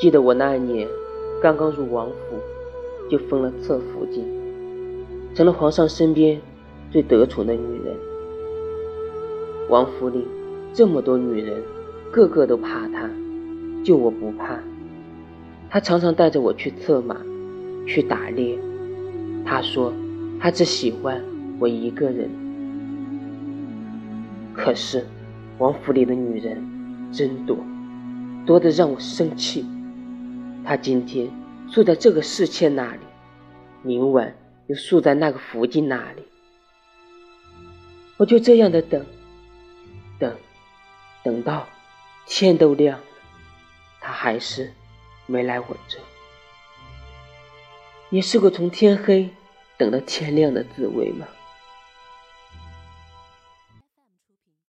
记得我那一年刚刚入王府，就封了侧福晋，成了皇上身边最得宠的女人。王府里这么多女人，个个都怕她，就我不怕。她常常带着我去策马，去打猎。她说她只喜欢我一个人。可是王府里的女人真多，多得让我生气。她今天宿在这个侍妾那里，明晚又宿在那个福晋那里。我就这样的等到天都亮了，她还是没来我这。你试过从天黑等到天亮的滋味吗？